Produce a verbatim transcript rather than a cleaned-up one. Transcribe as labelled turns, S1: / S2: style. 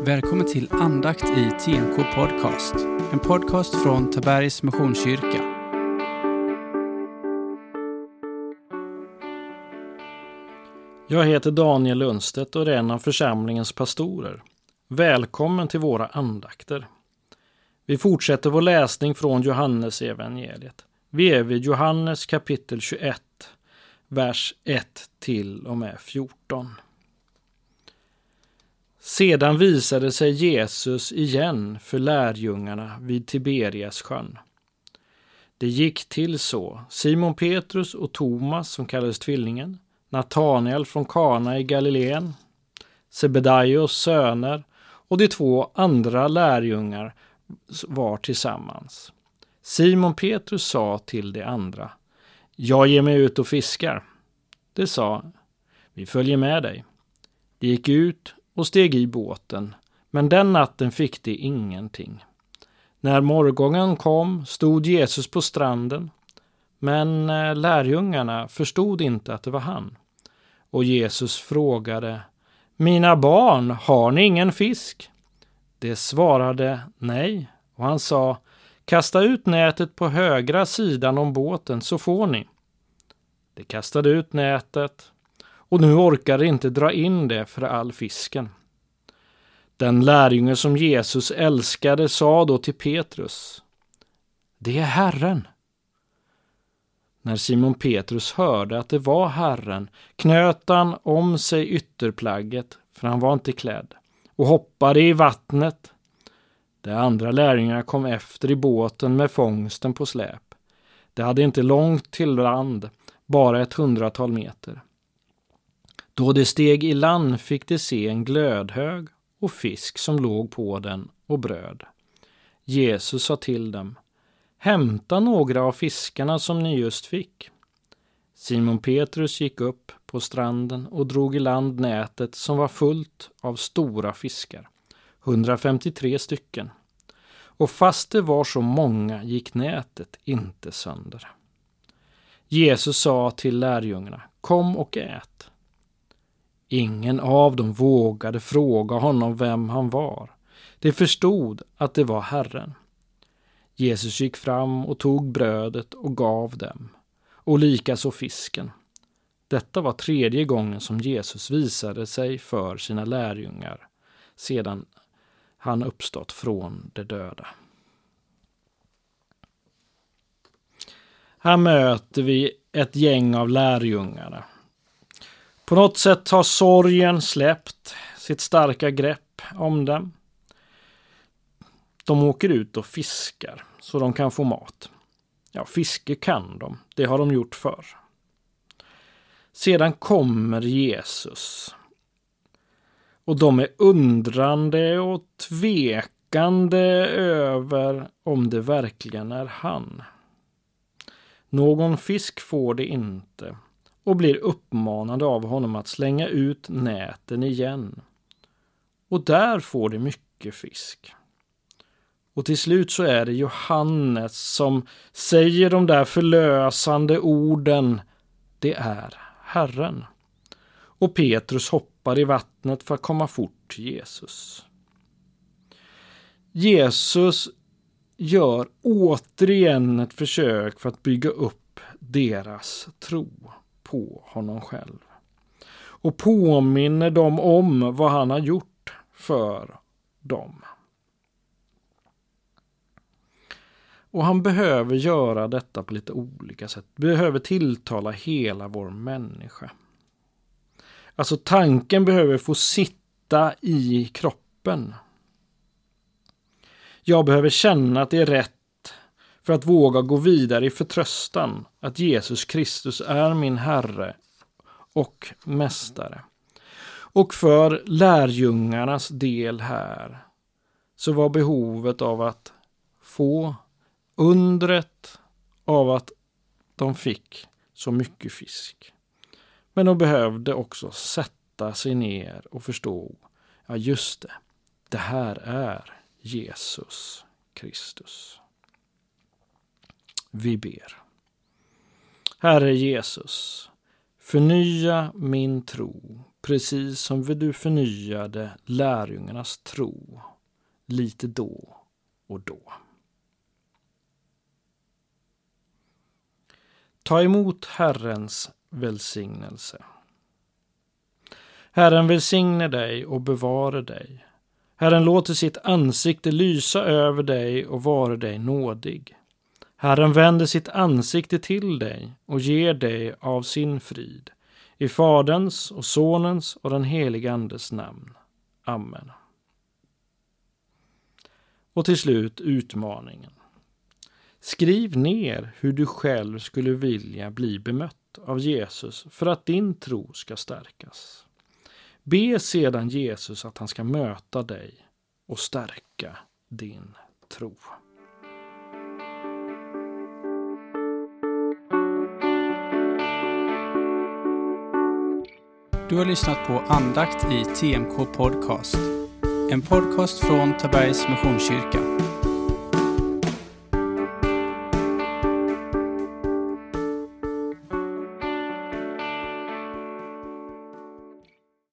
S1: Välkommen till andakt i T M K Podcast. En podcast från Tabergs Missionskyrka.
S2: Jag heter Daniel Lundstedt och är en av församlingens pastorer. Välkommen till våra andakter. Vi fortsätter vår läsning från Johannes evangeliet. Vi är vid Johannes kapitel tjugoett, vers ett till och med fjorton. Sedan visade sig Jesus igen för lärjungarna vid Tiberias sjön. Det gick till så: Simon Petrus och Thomas, som kallades tvillingen, Natanael från Kana i Galileen, Sebedaios söner och de två andra lärjungar var tillsammans. Simon Petrus sa till de andra: Jag ger mig ut och fiskar. De sa: Vi följer med dig. De gick ut och steg i båten, men den natten fick de ingenting. När morgonen kom stod Jesus på stranden, men lärjungarna förstod inte att det var han. Och Jesus frågade: Mina barn, har ni ingen fisk? De svarade nej, och han sa: Kasta ut nätet på högra sidan om båten så får ni. De kastade ut nätet, och nu orkar inte dra in det för all fisken. Den lärjunge som Jesus älskade sa då till Petrus: Det är Herren. När Simon Petrus hörde att det var Herren knöt han om sig ytterplagget, för han var inte klädd, och hoppade i vattnet. De andra lärjungarna kom efter i båten med fångsten på släp. Det hade inte långt till land, bara ett hundratal meter. Då de steg i land fick de se en glödhög och fisk som låg på den och bröd. Jesus sa till dem: Hämta några av fiskarna som ni just fick. Simon Petrus gick upp på stranden och drog i land nätet som var fullt av stora fiskar, hundrafemtiotre stycken. Och fast det var så många gick nätet inte sönder. Jesus sa till lärjungarna: Kom och ät. Ingen av dem vågade fråga honom vem han var. De förstod att det var Herren. Jesus gick fram och tog brödet och gav dem, och likaså fisken. Detta var tredje gången som Jesus visade sig för sina lärjungar sedan han uppstått från de döda. Här möter vi ett gäng av lärjungarna. På något sätt har sorgen släppt sitt starka grepp om dem. De åker ut och fiskar så de kan få mat. Ja, fiske kan de. Det har de gjort förr. Sedan kommer Jesus. Och de är undrande och tvekande över om det verkligen är han. Någon fisk får det inte, och blir uppmanade av honom att slänga ut näten igen. Och där får det mycket fisk. Och till slut så är det Johannes som säger de där förlösande orden: Det är Herren. Och Petrus hoppar i vattnet för att komma fort till Jesus. Jesus gör återigen ett försök för att bygga upp deras tro på honom själv. Och påminner dem om vad han har gjort för dem. Och han behöver göra detta på lite olika sätt. Behöver tilltala hela vår människa. Alltså tanken behöver få sitta i kroppen. Jag behöver känna att det är rätt för att våga gå vidare i förtröstan att Jesus Kristus är min Herre och Mästare. Och för lärjungarnas del här så var behovet av att få undret av att de fick så mycket fisk. Men de behövde också sätta sig ner och förstå: ja, just det, det här är Jesus Kristus. Vi ber. Herre Jesus, förnya min tro precis som du förnyade lärjungarnas tro lite då och då. Ta emot Herrens välsignelse. Herren välsigne dig och bevare dig. Herren låter sitt ansikte lysa över dig och vara dig nådig. Herren vänder sitt ansikte till dig och ger dig av sin frid. I Faderns och Sonens och den helige Andes namn. Amen. Och till slut utmaningen. Skriv ner hur du själv skulle vilja bli bemött av Jesus för att din tro ska stärkas. Be sedan Jesus att han ska möta dig och stärka din tro.
S1: Du har lyssnat på andakt i T M K Podcast. En podcast från Tabergs Missionskyrka.